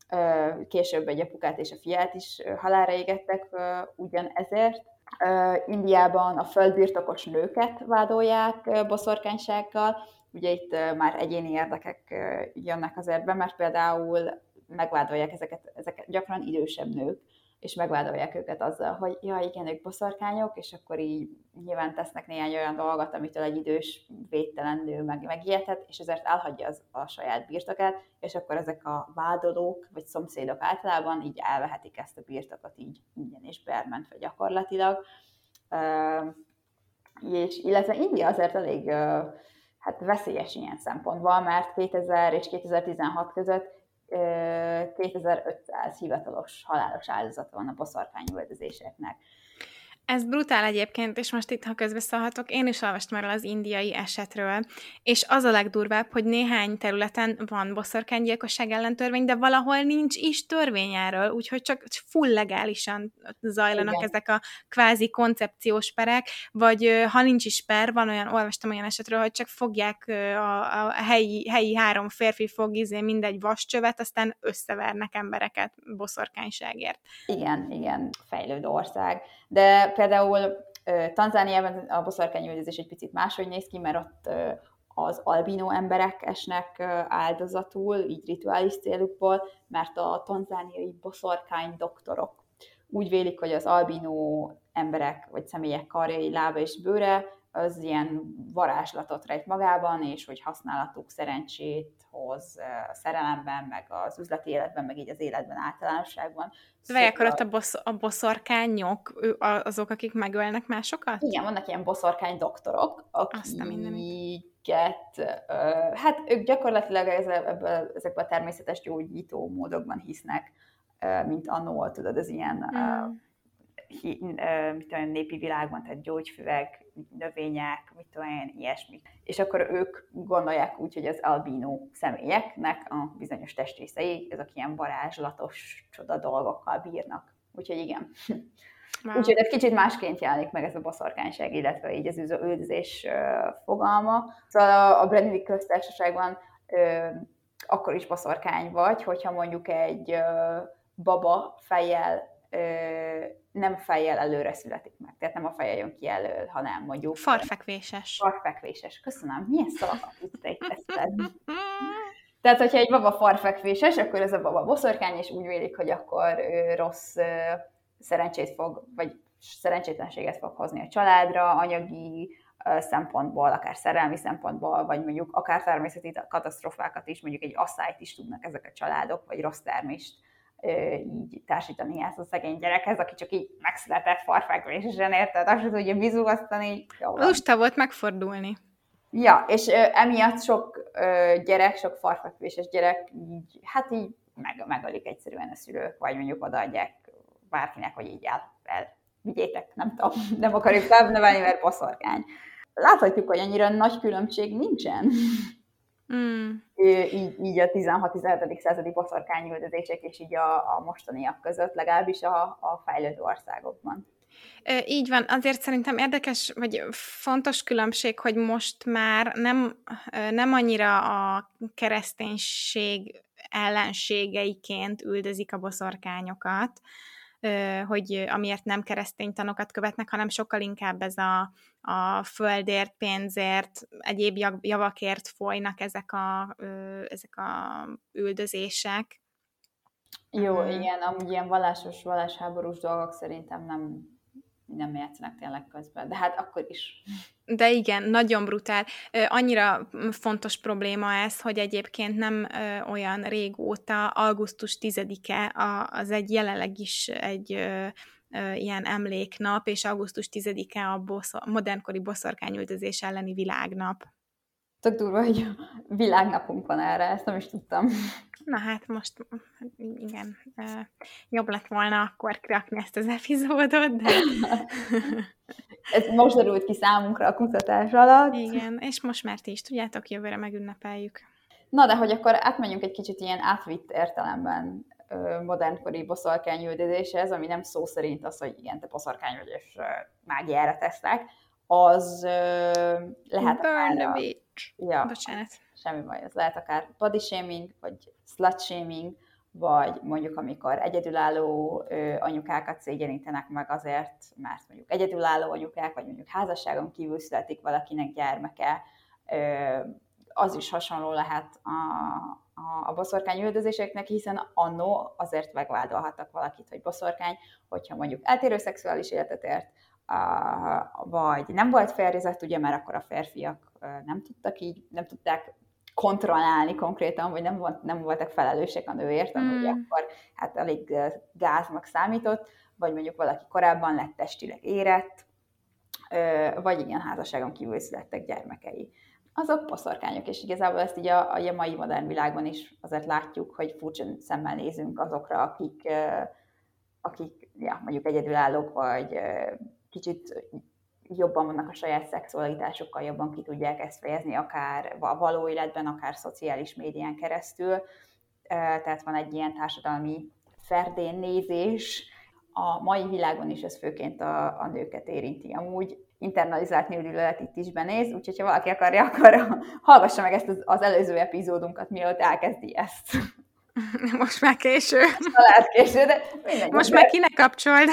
Később egy apukát és a fiát is halálra égettek ugyanezért. Indiában a földbirtokos nőket vádolják boszorkánysággal. Ugye itt már egyéni érdekek jönnek azért be, mert például megvádolják ezeket, ezeket gyakran idősebb nők, és megvádolják őket azzal, hogy ja, igen, ők boszorkányok, és akkor így nyilván tesznek néhány olyan dolgot, amitől egy idős, védtelen nő meg, megijedhet, és ezért elhagyja az, a saját birtokát, és akkor ezek a vádolók, vagy szomszédok általában így elvehetik ezt a birtokot így ingyen és bermentve gyakorlatilag. Uh, és, illetve India azért elég uh, hát veszélyes ilyen szempontból, mert kétezer és kétezer-tizenhat között kétezer-ötszáz hivatalos halálos áldozat van a boszorkányüldözéseknek. Ez brutál egyébként, és most itt, ha közbeszólhatok, én is olvastam erről az indiai esetről, és az a legdurvább, hogy néhány területen van boszorkánygyilkosság ellen törvény, de valahol nincs is törvény erről, úgyhogy csak full legálisan zajlanak Igen. ezek a kvázi koncepciós perek, vagy ha nincs is per, van olyan, olvastam olyan esetről, hogy csak fogják a, a helyi, helyi három férfi fog izé mindegy vascsövet, aztán összevernek embereket boszorkányságért. Igen, igen, fejlődő ország. De például Tanzániában a boszorkányüldözés egy picit máshogy néz ki, mert ott az albinó emberek esnek áldozatul, így rituális célukból, mert a tanzániai boszorkány doktorok úgy vélik, hogy az albinó emberek vagy személyek karjai, lába és bőre az ilyen varázslatot rejt magában, és hogy használatuk szerencsét hoz a szerelemben, meg az üzleti életben, meg így az életben általánosságban. Szóval akkor ott a, bosz, a boszorkányok, azok, akik megölnek másokat? Igen, vannak ilyen boszorkány doktorok, akiket, hát ők gyakorlatilag ebből, ezekben a természetes gyógyító módokban hisznek, mint annól, tudod, az ilyen mm. Hi, mit tudom, népi világban, tehát gyógyfüvek, növények, mit tudom én, ilyesmi. És akkor ők gondolják úgy, hogy az albino személyeknek a bizonyos testrészei, ezek ilyen varázslatos csoda dolgokkal bírnak. Úgyhogy igen. Wow. Úgyhogy ez kicsit másként jelenik meg ez a boszorkányság, illetve így az üldözés fogalma. Szóval a Brennivi köztársaságban akkor is boszorkány vagy, hogyha mondjuk egy baba fejjel nem fejjel előre születik meg. Tehát nem a feje jön ki elől, hanem mondjuk... Farfekvéses. Farfekvéses. Köszönöm. Milyen szavakat itt teszed? Tehát, hogyha egy baba farfekvéses, akkor ez a baba boszorkány, és úgy vélik, hogy akkor ő rossz szerencsét fog, vagy szerencsétlenséget fog hozni a családra, anyagi szempontból, akár szerelmi szempontból, vagy mondjuk akár természeti katasztrófákat is, mondjuk egy asszályt is tudnak ezek a családok, vagy rossz termést így társítani ezt a szegény gyerekhez, aki csak így megszületett farfekvésesen, érted? Azt sem tudja bizugasztani. Lusta volt megfordulni. Ja, és ö, emiatt sok ö, gyerek, sok farfekvéses gyerek így, hát így meg, megölik egyszerűen a szülők, vagy mondjuk odaadják bárkinek, hogy így el, el vigyétek, nem tudom, nem akarjuk felnevelni, mert boszorkány. Láthatjuk, hogy annyira nagy különbség nincsen. Mm. Így, így a tizenhat-tizenhetedik századi boszorkányüldözések és így a, a mostaniak között, legalábbis a, a fejlődő országokban. Így van, azért szerintem érdekes, vagy fontos különbség, hogy most már nem, nem annyira a kereszténység ellenségeiként üldözik a boszorkányokat, hogy amiért nem keresztény tanokat követnek, hanem sokkal inkább ez a, a földért, pénzért, egyéb javakért folynak ezek a, ezek a üldözések. Jó, hmm. igen, amúgy ilyen vallásos, vallásháborús dolgok szerintem nem, nem játszanak tényleg közben. De hát akkor is. De igen, nagyon brutál. Annyira fontos probléma ez, hogy egyébként nem olyan régóta, augusztus tizedike az egy jelenleg is egy ilyen emléknap, és augusztus tizedike a boszor, modernkori boszorkányüldözés elleni világnap. Tök durva, hogy világnapunk van erre, ezt nem is tudtam. Na hát most, igen, jobb lett volna akkor kirakni ezt az epizódot, de... Ez most derült ki számunkra a kutatás alatt. Igen, és most már ti is tudjátok, jövőre megünnepeljük. Na, de hogy akkor átmenjünk egy kicsit ilyen átvitt értelemben modernkori boszorkányüldözéshez, ami nem szó szerint az, hogy igen, te boszorkány vagy, és mágiára tesznek, az lehet Burn the witch. Ja, bocsánat. Semmi baj, ez lehet akár body shaming, vagy slut shaming, vagy mondjuk amikor egyedülálló ö, anyukákat szégyenítenek meg azért, mert mondjuk egyedülálló anyukák, vagy mondjuk házasságon kívül születik valakinek gyermeke, ö, az is hasonló lehet a, a, a boszorkányüldözéseknek, hiszen annó azért megvádolhattak valakit, hogy boszorkány, hogyha mondjuk eltérő szexuális életet ért, a, vagy nem volt férjezett, ugye, mert akkor a férfiak nem tudtak így, nem tudták kontrollálni konkrétan, vagy nem, volt, nem voltak felelősek a nőért, ami mm. akkor hát elég gáznak számított, vagy mondjuk valaki korábban lett testileg érett, vagy igen, házasságon kívül születtek gyermekei. Azok boszorkányok, és igazából ezt így a, a mai modern világban is azért látjuk, hogy furcsa szemmel nézünk azokra, akik, akik ja, mondjuk egyedülállók, vagy kicsit jobban vannak a saját szexualitásukkal, jobban ki tudják ezt fejezni, akár a való életben, akár szociális médián keresztül. Tehát van egy ilyen társadalmi ferdén nézés. A mai világon is ez főként a, a nőket érinti. Amúgy internalizált nőgyűlölet itt is benéz, úgyhogy ha valaki akarja, akkor hallgassa meg ezt az, az előző epizódunkat, mielőtt elkezdi ezt. Most már késő. Most már lehet késő, de mindegy. Most már kinek kapcsold?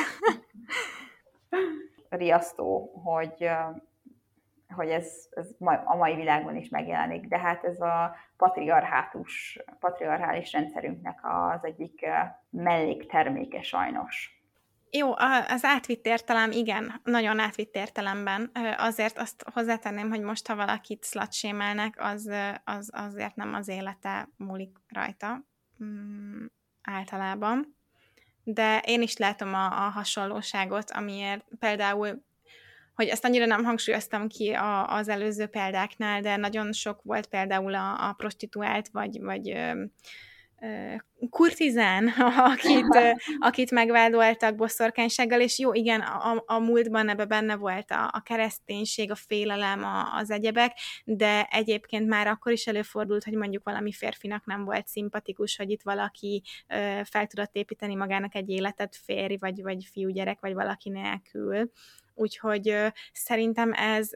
Riasztó, hogy, hogy ez, ez a mai világban is megjelenik, de hát ez a patriarhátus, patriarchális rendszerünknek az egyik mellékterméke sajnos. Jó, az átvitt értelem, igen, nagyon átvitt értelemben. Azért azt hozzátenném, hogy most, ha valakit slut-shamelnek, az, az azért nem az élete múlik rajta mm, általában. De én is látom a, a hasonlóságot, amiért például, hogy ezt annyira nem hangsúlyoztam ki a, az előző példáknál, de nagyon sok volt például a, a prostituált, vagy, vagy ö, ö, kurtizán, akit, ö, akit megvádoltak boszorkánysággal, és jó, igen, a, a múltban ebbe benne volt a, a kereszténység, a félelem, a, az egyebek, de egyébként már akkor is előfordult, hogy mondjuk valami férfinak nem volt szimpatikus, hogy itt valaki ö, fel tudott építeni magának egy életet, férj, vagy, vagy fiúgyerek, vagy valaki nélkül. Úgyhogy ö, szerintem ez...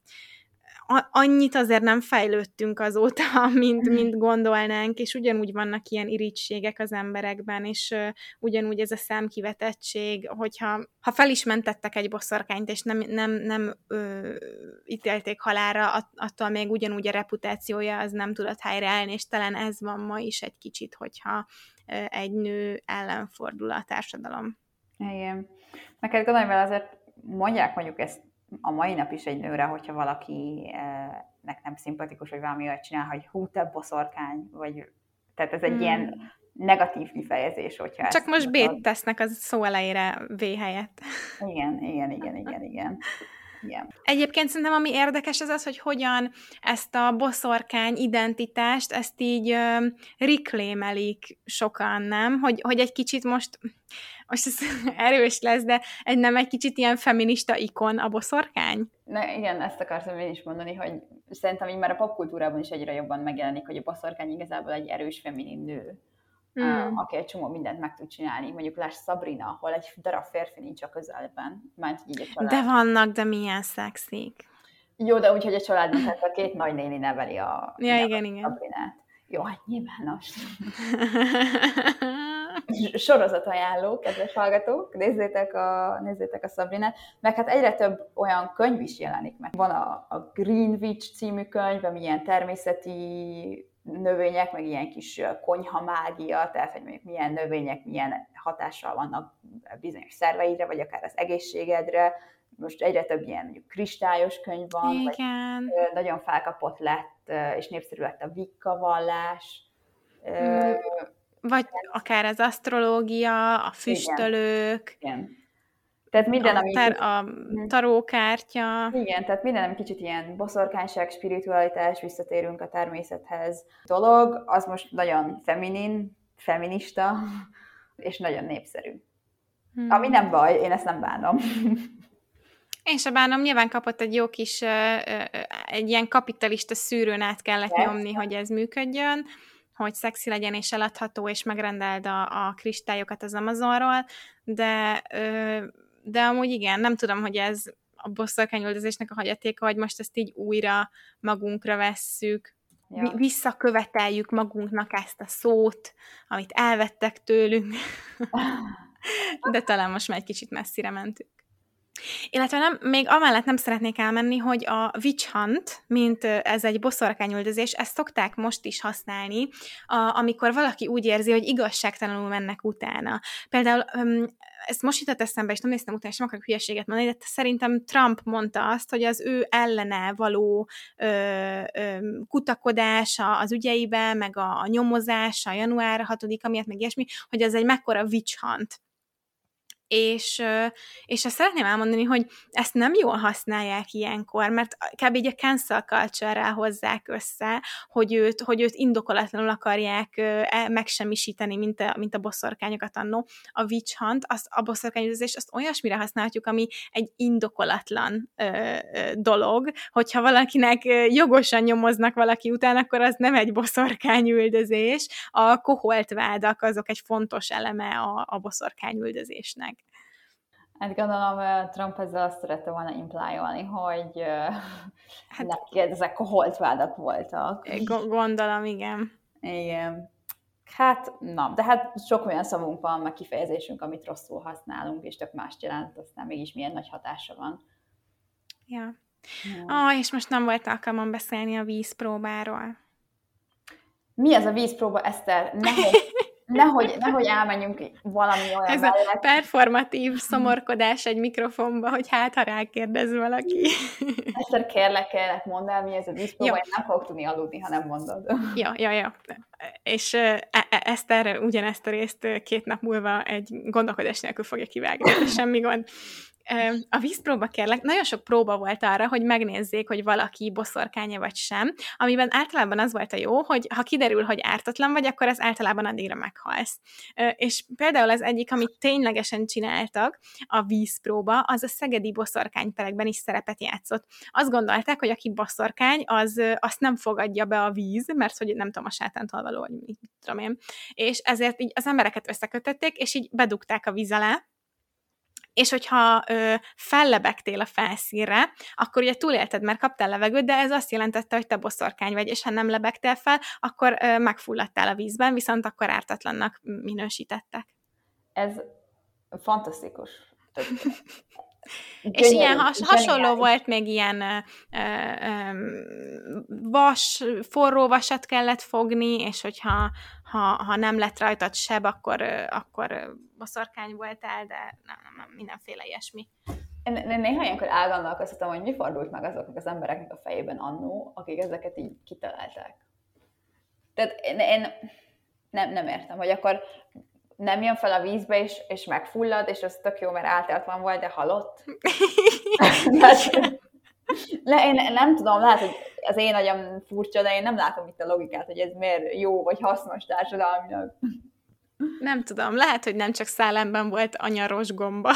annyit azért nem fejlődtünk azóta, mint, mint gondolnánk, és ugyanúgy vannak ilyen irítségek az emberekben, és uh, ugyanúgy ez a számkivetettség, hogyha ha fel is mentettek egy boszorkányt, és nem, nem, nem ö, ítélték halálra, att, attól még ugyanúgy a reputációja az nem tudott helyreállni, és talán ez van ma is egy kicsit, hogyha ö, egy nő ellen fordul a társadalom. Igen. Neked gondolj vele, azért mondják mondjuk ezt a mai nap is egy nőre, hogyha valakinek nem szimpatikus, vagy valami olyat csinál, hogy hú, te boszorkány, vagy tehát ez egy hmm. ilyen negatív kifejezés, hogyha csak most B-t tesznek az szó elejére V helyett. Igen, igen, igen, igen, igen. Igen. Egyébként szerintem ami érdekes az az, hogy hogyan ezt a boszorkány identitást, ezt így uh, reclaimelik sokan, nem? Hogy, hogy egy kicsit most, most ez erős lesz, de egy, nem egy kicsit ilyen feminista ikon a boszorkány? Ne, igen, ezt akartam én is mondani, hogy szerintem így már a popkultúrában is egyre jobban megjelenik, hogy a boszorkány igazából egy erős feminin nő. Mm. aki egy csomó mindent meg tud csinálni. Mondjuk láss Sabrina, ahol egy darab férfi nincs a közelben. Mert így a család. De vannak, de milyen szexik. Jó, de úgy, hogy a családban tehát a két nagynéni neveli a, ja, a igen, igen. Sabrinát. Jó, hát nyilvános. Sorozatajánló, kedves hallgatók, nézzétek a, nézzétek a Sabrinát, meg hát egyre több olyan könyv is jelenik meg. Van a, a Green Witch című könyv, ami ilyen természeti növények, meg ilyen kis konyha mágia, tehát hogy mondjuk milyen növények milyen hatással vannak bizonyos szerveidre, vagy akár az egészségedre. Most egyre több ilyen mondjuk kristályos könyv van, Igen. vagy nagyon felkapott lett, és népszerű lett a Wicca vallás. Mm. Vagy akár az asztrológia, a füstölők. Igen. Igen. Tehát minden, a, ami... ter- a tarókártya. Igen, tehát minden, ami kicsit ilyen boszorkányság, spiritualitás, visszatérünk a természethez dolog, az most nagyon feminin, feminista, és nagyon népszerű. Hmm. Ami nem baj, én ezt nem bánom. Én se bánom, nyilván kapott egy jó kis, egy ilyen kapitalista szűrőn át kellett Persze. nyomni, hogy ez működjön, hogy szexi legyen és eladható, és megrendeld a, a kristályokat az Amazonról, de, de amúgy igen, nem tudom, hogy ez a boszorkányüldözésnek a hagyatéka, hogy most ezt így újra magunkra vesszük, ja. visszaköveteljük magunknak ezt a szót, amit elvettek tőlünk, de talán most már egy kicsit messzire mentünk. Illetve nem, még amellett nem szeretnék elmenni, hogy a witch hunt, mint ez egy boszorkányüldözés, ezt szokták most is használni, a, amikor valaki úgy érzi, hogy igazságtalanul mennek utána. Például ezt most jutott eszembe, és nem néztem utána, és nem akarok hülyeséget mondani, de szerintem Trump mondta azt, hogy az ő ellene való ö, ö, kutakodása az ügyeibe, meg a, a nyomozása január hatodika miatt, meg ilyesmi, hogy ez egy mekkora witch hunt. És, és azt szeretném elmondani, hogy ezt nem jól használják ilyenkor, mert kb. Így a cancel culture-rel hozzák össze, hogy őt, hogy őt indokolatlanul akarják megsemmisíteni, mint a, mint a boszorkányokat annó. A witch hunt, az, a boszorkányüldözés, azt olyasmire használhatjuk, ami egy indokolatlan ö, ö, dolog, hogyha valakinek jogosan nyomoznak valaki után, akkor az nem egy boszorkányüldözés. A koholt vádak azok egy fontos eleme a, a boszorkányüldözésnek. Hát gondolom, Trump ezzel azt szerette volna implyolni, hogy hát, neki ezek koholt vádak voltak. Gondolom, igen. Igen. Hát, na, de hát sok olyan szavunk van, meg kifejezésünk, amit rosszul használunk, és tök mást jelent, aztán mégis milyen nagy hatása van. Ja. Ja. Oh, és most nem volt alkalmam beszélni a vízpróbáról. Mi az a vízpróba, Eszter? Nehogy, nehogy, nehogy elmenjünk valami olyan Ez mellett. A performatív szomorkodás egy mikrofonba, hogy hát, ha rákérdez valaki. Eszter, kérlek, kérlek, mondd el, mi ez a vízpróba, én nem fogok tudni aludni, ha nem mondod. Ja, ja, ja. És Eszter ugyanezt a részt két nap múlva egy gondolkodás nélkül fogja kivágni, de semmi gond. A vízpróba, kérlek, nagyon sok próba volt arra, hogy megnézzék, hogy valaki boszorkánya vagy sem, amiben általában az volt a jó, hogy ha kiderül, hogy ártatlan vagy, akkor az általában addigra meghalsz. És például az egyik, amit ténylegesen csináltak, a vízpróba, az a szegedi boszorkányperekben is szerepet játszott. Azt gondolták, hogy aki boszorkány, az azt nem fogadja be a víz, mert hogy nem tudom, a sátántól való, vagy mit tudom én. És ezért így az embereket összekötötték, és így bedugták a víz alá, és hogyha ö, fellebegtél a felszínre, akkor ugye túlélted, mert kaptál levegőt, de ez azt jelentette, hogy te boszorkány vagy, és ha nem lebegtél fel, akkor ö, megfulladtál a vízben, viszont akkor ártatlannak minősítettek. Ez fantasztikus. És ilyen has, hasonló volt még ilyen ö, ö, vas, forró vasat kellett fogni, és hogyha ha, ha nem lett rajtad seb, akkor, akkor boszorkány voltál, de nem, nem, nem mindenféle ilyesmi. Én, én néha ilyenkor elgondolkoztatom, hogy mi fordult meg azoknak az embereknek a fejében annó, akik ezeket így kitalálták. Tehát én, én nem, nem értem, hogy akkor nem jön fel a vízbe, és, és megfullad, és az tök jó, mert általatlan volt, de halott. Le, én nem tudom, lehet, hogy az én agyam furcsa, de én nem látom itt a logikát, hogy ez miért jó vagy hasznos társadalmilag. Nem tudom, lehet, hogy nem csak Szálemben volt anyaros gomba.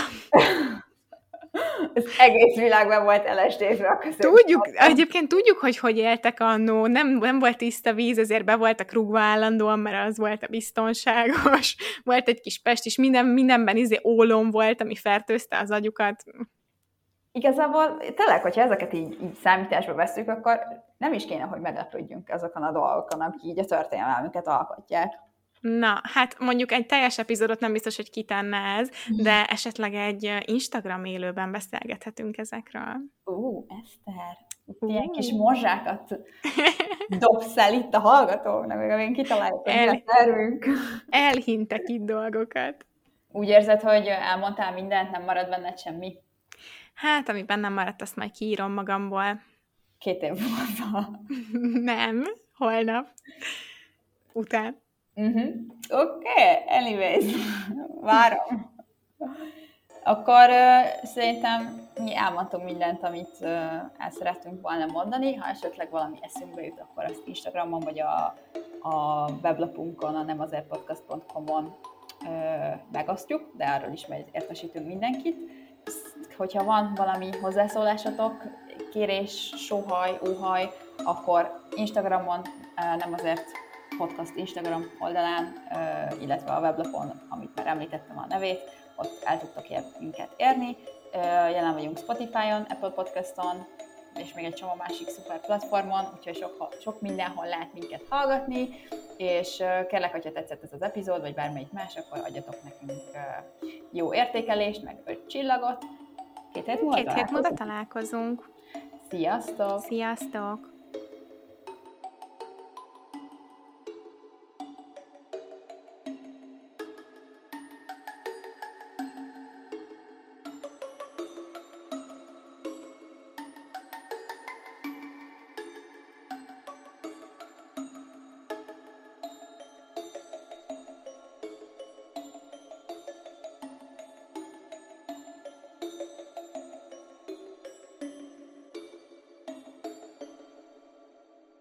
Ez egész világban volt el es dé-re a között. Tudjuk, egyébként tudjuk, hogy hogy éltek annó, nem, nem volt tiszta víz, ezért be voltak rúgva állandóan, mert az volt a biztonságos. Volt egy kis pest is, minden, mindenben izé ólom volt, ami fertőzte az agyukat. Igazából tényleg, hogyha ezeket így, így számításba veszük, akkor nem is kéne, hogy meglepődjünk azokon a dolgokon, amik így a történelmünket alkotják. Na, hát mondjuk egy teljes epizódot nem biztos, hogy kitenne ez, de esetleg egy Instagram élőben beszélgethetünk ezekről. Ú, uh, Eszter, uh. ilyen kis morzsákat dobsz el itt a hallgatóknak, meg amíg kitaláljuk, hogy El... mi a tervünk. Elhintek itt dolgokat. Úgy érzed, hogy elmondtál mindent, nem marad benned semmi? Hát, ami bennem maradt, azt majd kiírom magamból. Két év múlva. Nem, holnap. Után. Uh-huh. Oké, okay. Anyways, várom. Akkor uh, szerintem mi elmondtunk mindent, amit uh, el szerettünk volna mondani. Ha esetleg valami eszünkbe jut, akkor azt Instagramon vagy a, a weblapunkon, a nemazerpodcast pont com-on uh, megosztjuk, de arról is majd értesítünk mindenkit. Hogyha van valami hozzászólásatok, kérés, sóhaj, óhaj, akkor Instagramon, uh, nem azért podcast Instagram oldalán, uh, illetve a weblapon, amit már említettem a nevét, ott el tudtok ér, minket érni. Jelen vagyunk Spotify-on, Apple Podcast-on, és még egy csomó másik szuper platformon, úgyhogy sok, sok mindenhol lehet minket hallgatni, és kérlek, hogyha tetszett ez az epizód, vagy bármelyik más, akkor adjatok nekünk jó értékelést, meg öt csillagot. Két hét múlva Két hét múlva találkozunk. Sziasztok! Sziasztok!